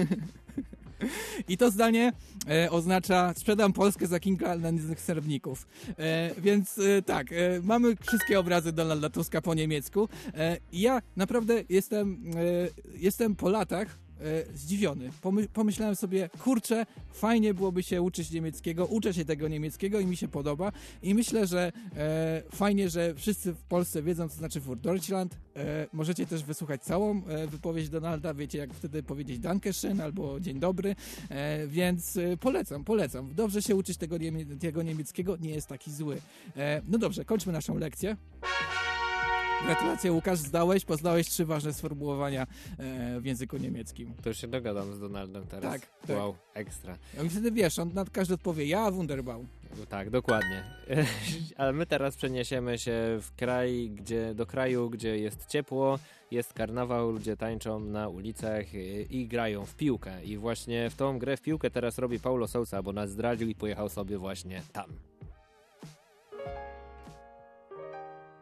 I to zdanie e, oznacza: sprzedam Polskę za kilka nędznych serwników. E, więc e, tak, e, mamy wszystkie obrazy Donalda Tuska po niemiecku. E, ja naprawdę jestem, e, jestem po latach e, zdziwiony. Pomy- pomyślałem sobie, kurczę, fajnie byłoby się uczyć niemieckiego, uczę się tego niemieckiego i mi się podoba. I myślę, że e, fajnie, że wszyscy w Polsce wiedzą, co znaczy für Deutschland. E, możecie też wysłuchać całą e, wypowiedź Donalda, wiecie jak wtedy powiedzieć Dankeschön albo dzień dobry, e, więc e, polecam, polecam. Dobrze się uczyć tego, niemie- tego niemieckiego, nie jest taki zły. E, no dobrze, kończmy naszą lekcję. Gratulacje, Łukasz, zdałeś, poznałeś trzy ważne sformułowania e, w języku niemieckim. To już się dogadam z Donaldem teraz. Tak, tak. Wow, ekstra. I wtedy wiesz, on na każdy odpowie, ja Wunderbaum. Tak, dokładnie. Ale my teraz przeniesiemy się w kraj, gdzie, do kraju, gdzie jest ciepło, jest karnawał, ludzie tańczą na ulicach i, i grają w piłkę. I właśnie w tą grę w piłkę teraz robi Paulo Sousa, bo nas zdradził i pojechał sobie właśnie tam.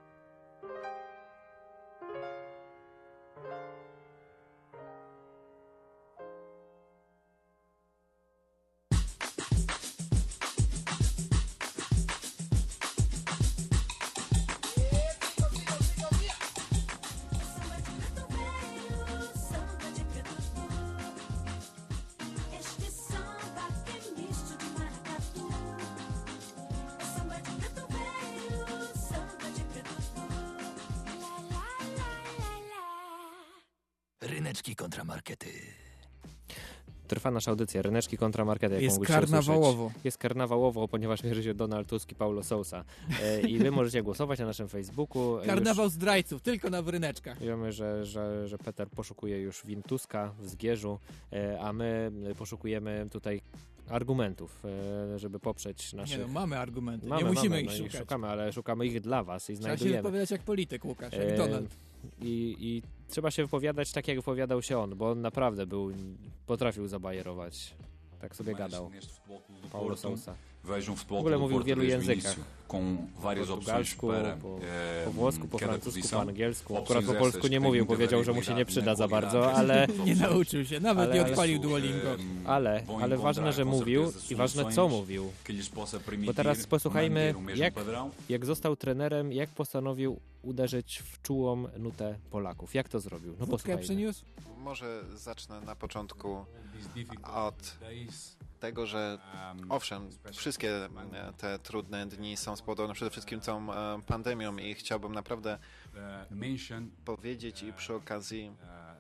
Ryneczki kontra markety. Trwa nasza audycja, Ryneczki kontra markety. Jak jest karnawałowo. Usłyszeć. Jest karnawałowo, ponieważ mierzy się Donald Tusk i Paulo Sousa. E, I wy możecie głosować na naszym Facebooku. Karnawał już zdrajców, tylko na ryneczkach. wiemy, że, że, że Peter poszukuje już win Tuska w Zgierzu, e, a my poszukujemy tutaj argumentów, e, żeby poprzeć naszych... Nie no, mamy argumenty, mamy, nie musimy mamy, ich no szukać. Szukamy, ale szukamy ich dla was i Trzeba znajdujemy. się wypowiadać jak polityk, Łukasz, jak E, Donald. I, I trzeba się wypowiadać tak, jak wypowiadał się on, bo on naprawdę był, potrafił zabajerować. Tak sobie gadał. Paulo Sousa. W ogóle mówił w wielu językach. Po portugalsku, po, po włosku, po francusku, po angielsku. Akurat po polsku nie mówił, powiedział, że mu się nie przyda za bardzo, ale... Nie nauczył się, nawet ale, nie odpalił Duolingo. Ale, ale ważne, że mówił i ważne, co mówił. Bo teraz posłuchajmy, jak, jak został trenerem, jak postanowił uderzyć w czułą nutę Polaków. Jak to zrobił? No posłuchajmy. Przyniósł? Może zacznę na początku od tego, że owszem, wszystkie te trudne dni są spowodowane przede wszystkim całą pandemią i chciałbym naprawdę powiedzieć i przy okazji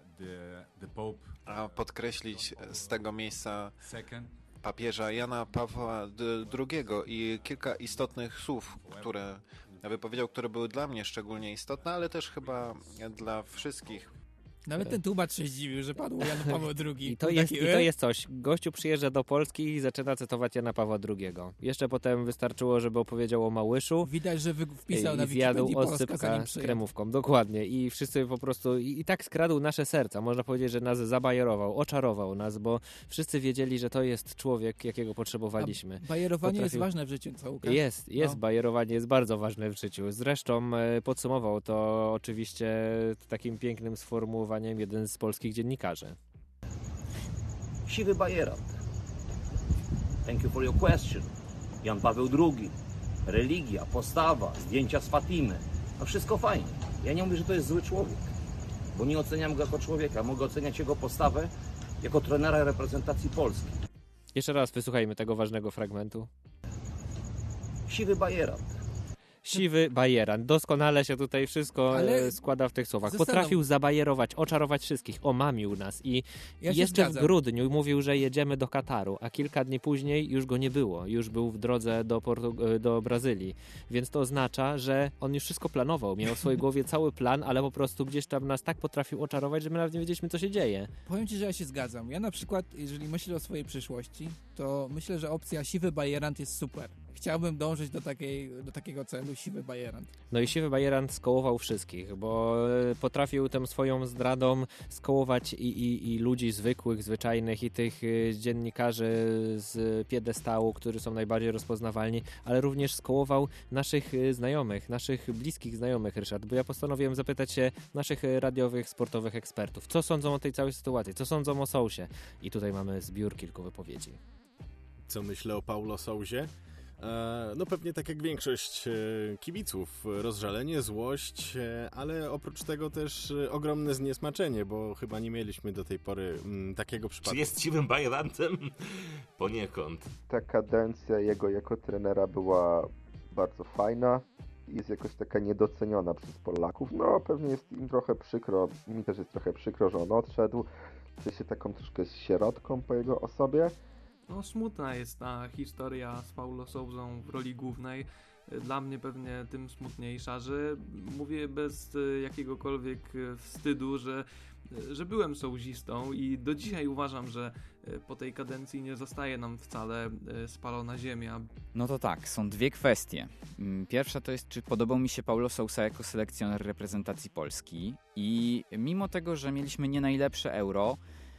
podkreślić z tego miejsca papieża Jana Pawła drugiego i kilka istotnych słów, które wypowiedział, które były dla mnie szczególnie istotne, ale też chyba dla wszystkich. Nawet ten tłumacz się zdziwił, że padł Jan Paweł drugi. I to, jest, I to jest coś. Gościu przyjeżdża do Polski i zaczyna cytować Jana Pawła drugiego. Jeszcze potem wystarczyło, żeby opowiedział o Małyszu. Widać, że wpisał i na Wikipedii Polska, oscypka z kremówką. Dokładnie. I wszyscy po prostu... I, I tak skradł nasze serca. Można powiedzieć, że nas zabajerował, oczarował nas, bo wszyscy wiedzieli, że to jest człowiek, jakiego potrzebowaliśmy. A bajerowanie Potrafił... jest ważne w życiu, co Łukasz? Jest, jest. No. Bajerowanie jest bardzo ważne w życiu. Zresztą e, podsumował to oczywiście takim pięknym sformułowaniem jeden z polskich dziennikarzy. Siwy bajerant. Thank you for your question. Jan Paweł drugi. Religia, postawa, zdjęcia z Fatimy. No wszystko fajnie. Ja nie mówię, że to jest zły człowiek, bo nie oceniam go jako człowieka. Mogę oceniać jego postawę jako trenera reprezentacji Polski. Jeszcze raz wysłuchajmy tego ważnego fragmentu. Siwy bajerant. Siwy bajerant. Doskonale się tutaj wszystko Ale składa w tych słowach. Potrafił zabajerować, oczarować wszystkich. Omamił nas i ja jeszcze w grudniu mówił, że jedziemy do Kataru, a kilka dni później już go nie było. Już był w drodze do, Portu- do Brazylii. Więc to oznacza, że on już wszystko planował. Miał w swojej głowie cały plan, ale po prostu gdzieś tam nas tak potrafił oczarować, że my nawet nie wiedzieliśmy, co się dzieje. Powiem ci, że ja się zgadzam. Ja na przykład, jeżeli myślę o swojej przyszłości, to myślę, że opcja siwy bajerant jest super. Chciałbym dążyć do, takiej, do takiego celu, siwy bajerant. No i siwy bajerant skołował wszystkich, bo potrafił tą swoją zdradą skołować i, i, i ludzi zwykłych, zwyczajnych i tych dziennikarzy z piedestału, którzy są najbardziej rozpoznawalni, ale również skołował naszych znajomych, naszych bliskich znajomych, Ryszard, bo ja postanowiłem zapytać się naszych radiowych, sportowych ekspertów, co sądzą o tej całej sytuacji, co sądzą o Sousie. I tutaj mamy zbiór kilku wypowiedzi. Co myślę o Paulo Sousie? No pewnie tak jak większość kibiców, rozżalenie, złość, ale oprócz tego też ogromne zniesmaczenie, bo chyba nie mieliśmy do tej pory takiego przypadku. Czy jest siwym bajerantem? Poniekąd. Ta kadencja jego jako trenera była bardzo fajna i jest jakoś taka niedoceniona przez Polaków. No pewnie jest im trochę przykro, mi też jest trochę przykro, że on odszedł. Czuję się taką troszkę sierotką po jego osobie. No smutna jest ta historia z Paulo Sousą w roli głównej. Dla mnie pewnie tym smutniejsza, że mówię bez jakiegokolwiek wstydu, że, że byłem souzistą i do dzisiaj uważam, że po tej kadencji nie zostaje nam wcale spalona ziemia. No to tak, są dwie kwestie. Pierwsza to jest, czy podobał mi się Paulo Sousa jako selekcjoner reprezentacji Polski i mimo tego, że mieliśmy nie najlepsze Euro,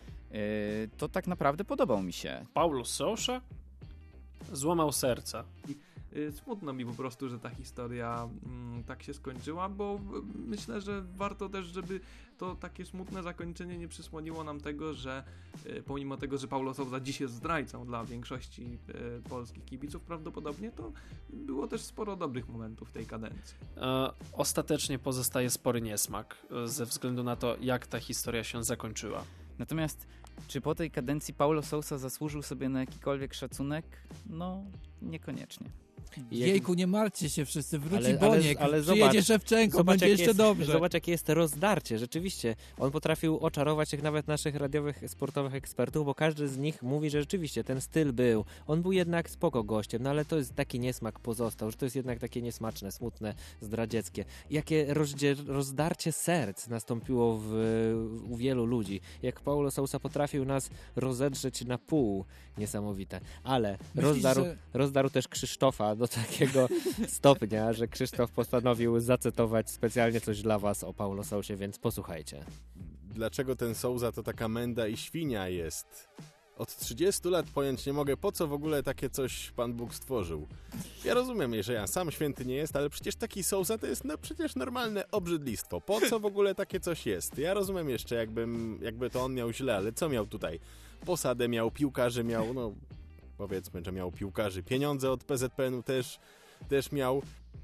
to tak naprawdę podobał mi się. Paulo Sousa złamał serca. Smutno mi po prostu, że ta historia mm, tak się skończyła, bo myślę, że warto też, żeby to takie smutne zakończenie nie przysłoniło nam tego, że y, pomimo tego, że Paulo Sousa dziś jest zdrajcą dla większości y, polskich kibiców prawdopodobnie, to było też sporo dobrych momentów w tej kadencji. E, ostatecznie pozostaje spory niesmak ze względu na to, jak ta historia się zakończyła. Natomiast czy po tej kadencji Paulo Sousa zasłużył sobie na jakikolwiek szacunek? No, niekoniecznie. Jejku, nie martwcie się wszyscy, wróci ale, Boniek, ale, ale przyjedzie zobacz, Szewczenko, zobacz, będzie jeszcze jest, dobrze. Zobacz, jakie jest rozdarcie, rzeczywiście. On potrafił oczarować tych nawet naszych radiowych, sportowych ekspertów, bo każdy z nich mówi, że rzeczywiście ten styl był. On był jednak spoko gościem, no ale to jest taki niesmak pozostał, że to jest jednak takie niesmaczne, smutne, zdradzieckie. Jakie rozdzie- rozdarcie serc nastąpiło w, u wielu ludzi. Jak Paulo Sousa potrafił nas rozedrzeć na pół. Niesamowite. Ale Myślisz, rozdarł, że... rozdarł też Krzysztofa do takiego stopnia, że Krzysztof postanowił zacytować specjalnie coś dla was o Paulo Sousie, więc posłuchajcie. Dlaczego ten Sousa to taka menda i świnia jest? Od trzydziestu lat pojąć nie mogę, po co w ogóle takie coś Pan Bóg stworzył. Ja rozumiem, że ja sam święty nie jest, ale przecież taki Sousa to jest no przecież normalne obrzydlistwo. Po co w ogóle takie coś jest? Ja rozumiem jeszcze, jakbym, jakby to on miał źle, ale co miał tutaj? Posadę miał, piłkarzy miał, no powiedzmy, że miał piłkarzy. Pieniądze od P Z P N-u też, też miał.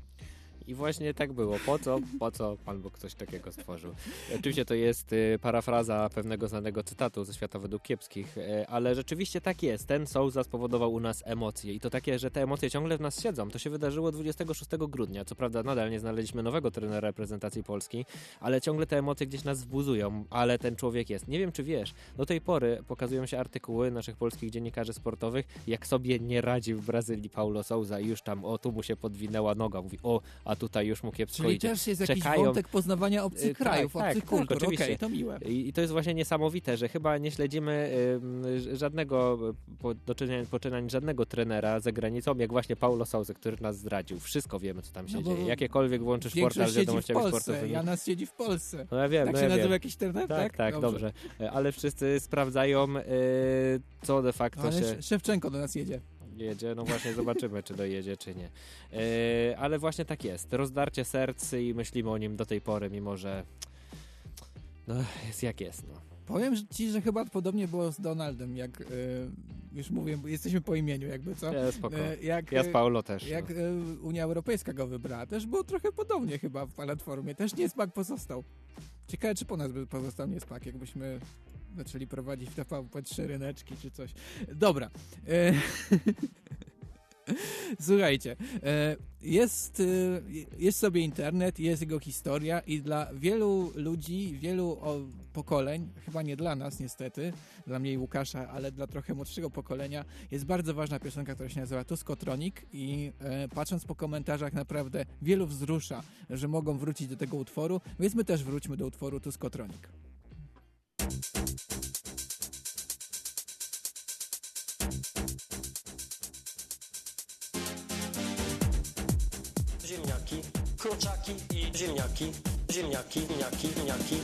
I właśnie tak było. Po co? Po co Pan Bóg coś takiego stworzył? Oczywiście to jest y, parafraza pewnego znanego cytatu ze Świata według kiepskich, y, ale rzeczywiście tak jest. Ten Sousa spowodował u nas emocje i to takie, że te emocje ciągle w nas siedzą. To się wydarzyło dwudziestego szóstego grudnia. Co prawda nadal nie znaleźliśmy nowego trenera reprezentacji Polski, ale ciągle te emocje gdzieś nas wzbuzują, ale ten człowiek jest. Nie wiem, czy wiesz, do tej pory pokazują się artykuły naszych polskich dziennikarzy sportowych, jak sobie nie radzi w Brazylii Paulo Sousa i już tam, o, tu mu się podwinęła noga. Mówi, o, a tutaj już mu kiepsko Czyli idzie. też jest jakiś Czekają... wątek poznawania obcych tak, krajów, tak, obcych tak, kultur. oczywiście. Okej, to miłe. I, I to jest właśnie niesamowite, że chyba nie śledzimy y, żadnego po, doczynań, poczynań żadnego trenera za granicą, jak właśnie Paulo Sousa, który nas zdradził. Wszystko wiemy, co tam się No dzieje. Jakiekolwiek włączysz portal z wiadomościami sportowymi. Ja nas siedzi w Polsce. No ja wiem, tak no się ja nazywa wiem. jakiś trener? Tak, tak, tak dobrze. dobrze. Ale wszyscy sprawdzają, y, co de facto Ale się... Szewczenko do nas jedzie. Jedzie, no właśnie zobaczymy, czy dojedzie, czy nie. Yy, ale właśnie tak jest. Rozdarcie serc i myślimy o nim do tej pory, mimo że no jest jak jest, no. Powiem ci, że chyba podobnie było z Donaldem, jak yy, już mówię, bo jesteśmy po imieniu jakby, co? Ja, spoko. Yy, jak, ja z Paulo też. Jak no. yy, Unia Europejska go wybrała, też było trochę podobnie chyba w platformie. Też niesmak pozostał. Ciekawe, czy po nas by pozostał niesmak, jakbyśmy zaczęli prowadzić w T V P trzy ryneczki czy coś. Dobra. Yy, Słuchajcie, jest, jest sobie internet, jest jego historia i dla wielu ludzi, wielu pokoleń, chyba nie dla nas niestety, dla mnie i Łukasza, ale dla trochę młodszego pokolenia, jest bardzo ważna piosenka, która się nazywa Tuskotronic i e, patrząc po komentarzach naprawdę wielu wzrusza, że mogą wrócić do tego utworu, więc my też wróćmy do utworu Tuskotronic. Ziemniaki, kurczaki i ziemniaki, ziemniaki, ziemniaki, ziemniaki.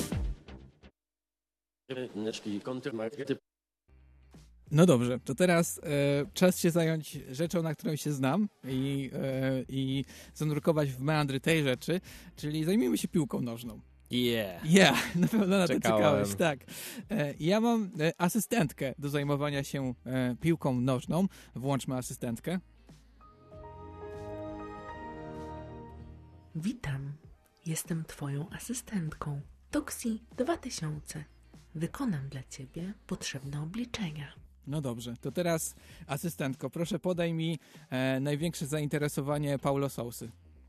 Ryneczki, kontrmarkety. No dobrze, to teraz e, czas się zająć rzeczą, na którą się znam i, e, i zanurkować w meandry tej rzeczy, czyli zajmijmy się piłką nożną. Yeah. Yeah, na pewno na to Czekałem. czekałeś, tak. E, ja mam e, asystentkę do zajmowania się e, piłką nożną. Włączmy asystentkę. Witam, jestem twoją asystentką. Toxi dwa tysiące. Wykonam dla ciebie potrzebne obliczenia. No dobrze, to teraz asystentko, proszę podaj mi e, największe zainteresowanie Paulo Sousy.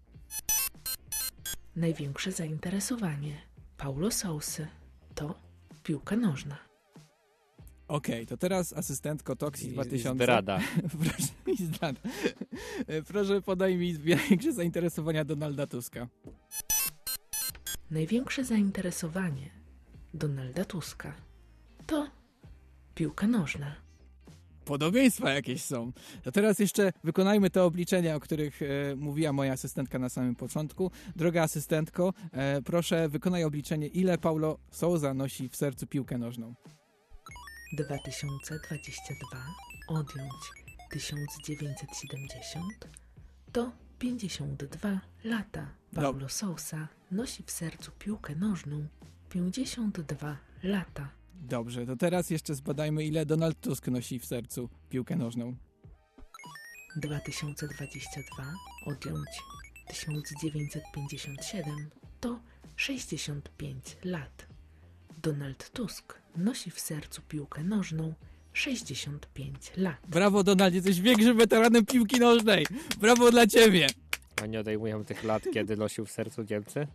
Największe zainteresowanie Paulo Sousy to piłka nożna. Okej, okay, to teraz asystentko Toxi dwa tysiące. Zdrada. Proszę mi zdrada. Proszę podaj mi największe zainteresowania Donalda Tuska. Największe zainteresowanie Donalda Tuska to piłka nożna. Podobieństwa jakieś są. To teraz jeszcze wykonajmy te obliczenia, o których e, mówiła moja asystentka na samym początku. Droga asystentko, e, proszę wykonaj obliczenie, ile Paulo Sousa nosi w sercu piłkę nożną. dwa tysiące dwadzieścia dwa odjąć tysiąc dziewięćset siedemdziesiąt to pięćdziesiąt dwa lata. Paulo Dob- Sousa nosi w sercu piłkę nożną pięćdziesiąt dwa lata. Dobrze, to teraz jeszcze zbadajmy, ile Donald Tusk nosi w sercu piłkę nożną. dwa tysiące dwadzieścia dwa odjąć tysiąc dziewięćset pięćdziesiąt siedem to sześćdziesiąt pięć lat. Donald Tusk nosi w sercu piłkę nożną sześćdziesiąt pięć lat. Brawo, Donald, jesteś większym weteranem piłki nożnej. Brawo dla ciebie. Oni odejmują tych lat, kiedy nosił w sercu Niemcy?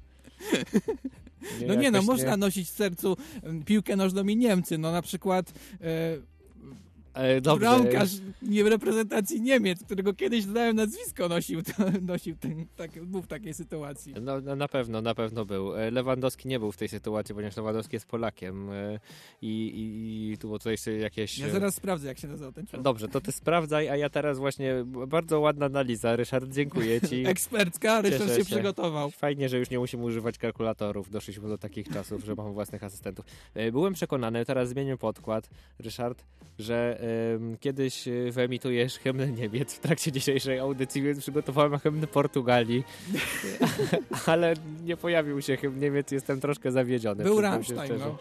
Nie, no nie, no można nie... nosić w sercu piłkę nożną i Niemcy. No na przykład... E... Dobrze. Bramkarz nie reprezentacji Niemiec, którego kiedyś znałem nazwisko, nosił, to, nosił ten, tak, był w takiej sytuacji. No, no na pewno, na pewno był. Lewandowski nie był w tej sytuacji, ponieważ Lewandowski jest Polakiem i, i, i tu było tutaj sobie jakieś... Ja zaraz sprawdzę, jak się nazywał ten człowiek. Dobrze, to ty sprawdzaj, a ja teraz właśnie, bardzo ładna analiza, Ryszard, dziękuję ci. Ekspercka, Ryszard się, się przygotował. Fajnie, że już nie musimy używać kalkulatorów, doszliśmy do takich czasów, że mam własnych asystentów. Byłem przekonany, teraz zmienię podkład, Ryszard, że um, kiedyś wyemitujesz hymn Niemiec w trakcie dzisiejszej audycji, więc przygotowałem hymn Portugalii, ale nie pojawił się hymn Niemiec, jestem troszkę zawiedziony. Był Rammstein, no.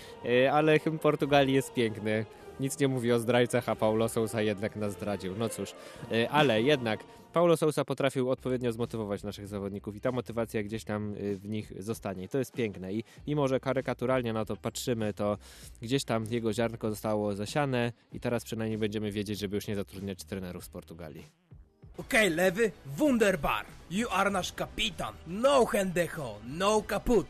Ale hymn Portugalii jest piękny. Nic nie mówi o zdrajcach, a Paulo Sousa jednak nas zdradził. No cóż, ale jednak Paulo Sousa potrafił odpowiednio zmotywować naszych zawodników i ta motywacja gdzieś tam w nich zostanie. I to jest piękne. I mimo, że karykaturalnie na to patrzymy, to gdzieś tam jego ziarnko zostało zasiane i teraz przynajmniej będziemy wiedzieć, żeby już nie zatrudniać trenerów z Portugalii. Okej, okay, Lewy, wunderbar. You are nasz kapitan. No hendecho, no kaput.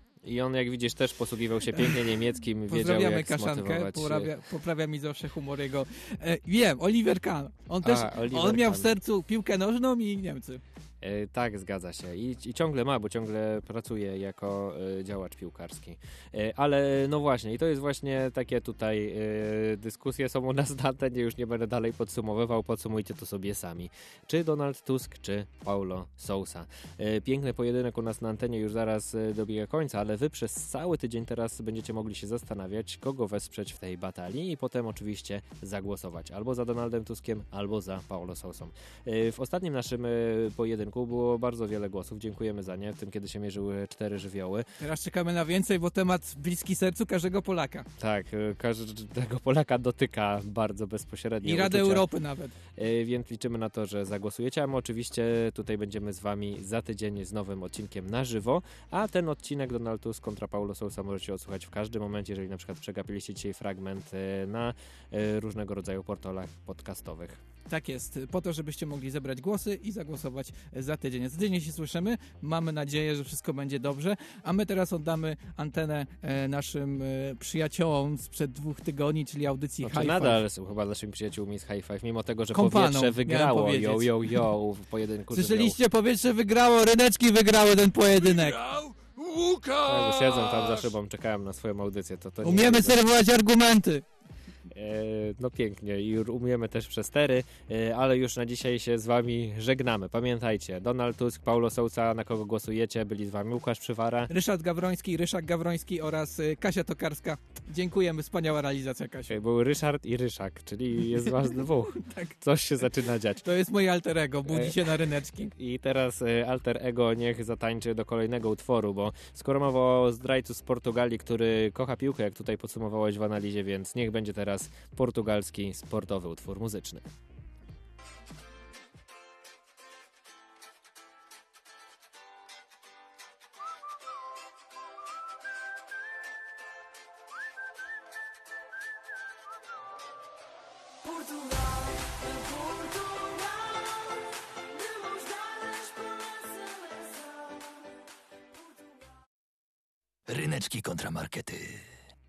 I on, jak widzisz, też posługiwał się pięknie niemieckim, wiedział jak Kaszankę, poprawia, poprawia mi zawsze humor jego. E, wiem, Oliver Kahn. On też, A, Oliver on miał Kahn. w sercu piłkę nożną i Niemcy. E, tak, zgadza się. I, I ciągle ma, bo ciągle pracuje jako e, działacz piłkarski. E, ale no właśnie, i to jest właśnie takie tutaj e, dyskusje są u nas na antenie, już nie będę dalej podsumowywał, podsumujcie to sobie sami. Czy Donald Tusk, czy Paulo Sousa. E, piękny pojedynek u nas na antenie już zaraz e, dobiega końca, ale wy przez cały tydzień teraz będziecie mogli się zastanawiać, kogo wesprzeć w tej batalii i potem oczywiście zagłosować albo za Donaldem Tuskiem, albo za Paulo Sousą. E, w ostatnim naszym e, pojedynku było bardzo wiele głosów, dziękujemy za nie, w tym kiedy się mierzyły cztery żywioły. Teraz czekamy na więcej, bo temat bliski sercu każdego Polaka. Tak, każdego Polaka dotyka bardzo bezpośrednio. I Radę uczucia. Europy nawet. Więc liczymy na to, że zagłosujecie, a my oczywiście tutaj będziemy z wami za tydzień z nowym odcinkiem na żywo, a ten odcinek Donald Tusk kontra Paulo Sousa możecie odsłuchać w każdym momencie, jeżeli na przykład przegapiliście dzisiaj fragment na różnego rodzaju portalach podcastowych. Tak jest, po to, żebyście mogli zebrać głosy i zagłosować za tydzień. Za tydzień się słyszymy, mamy nadzieję, że wszystko będzie dobrze, a my teraz oddamy antenę e, naszym e, przyjaciołom sprzed dwóch tygodni, czyli audycji znaczy, High nadal Five. są chyba naszymi przyjaciółmi z High Five, mimo tego, że Kompaną, powietrze wygrało, yo, yo, yo, w pojedynku. Słyszeliście, powietrze wygrało, ryneczki wygrały ten pojedynek. Wygrał Łukasz! No, siedzą tam za szybą, czekałem na swoją audycję. To, to Umiemy nie serwować argumenty. No pięknie i umiemy też przestery, ale już na dzisiaj się z wami żegnamy. Pamiętajcie, Donald Tusk, Paulo Sousa, na kogo głosujecie, byli z wami Łukasz Przywara, Ryszard Gawroński, Ryszak Gawroński oraz Kasia Tokarska. Dziękujemy, wspaniała realizacja, Kasia. Był Ryszard i Ryszak, czyli jest was dwóch. Tak. Coś się zaczyna dziać. To jest moje alter ego, budzi się na ryneczki. I teraz alter ego niech zatańczy do kolejnego utworu, bo skoro mowa o zdrajcu z Portugalii, który kocha piłkę, jak tutaj podsumowałeś w analizie, więc niech będzie teraz portugalski sportowy utwór muzyczny. Ryneczki kontra markety.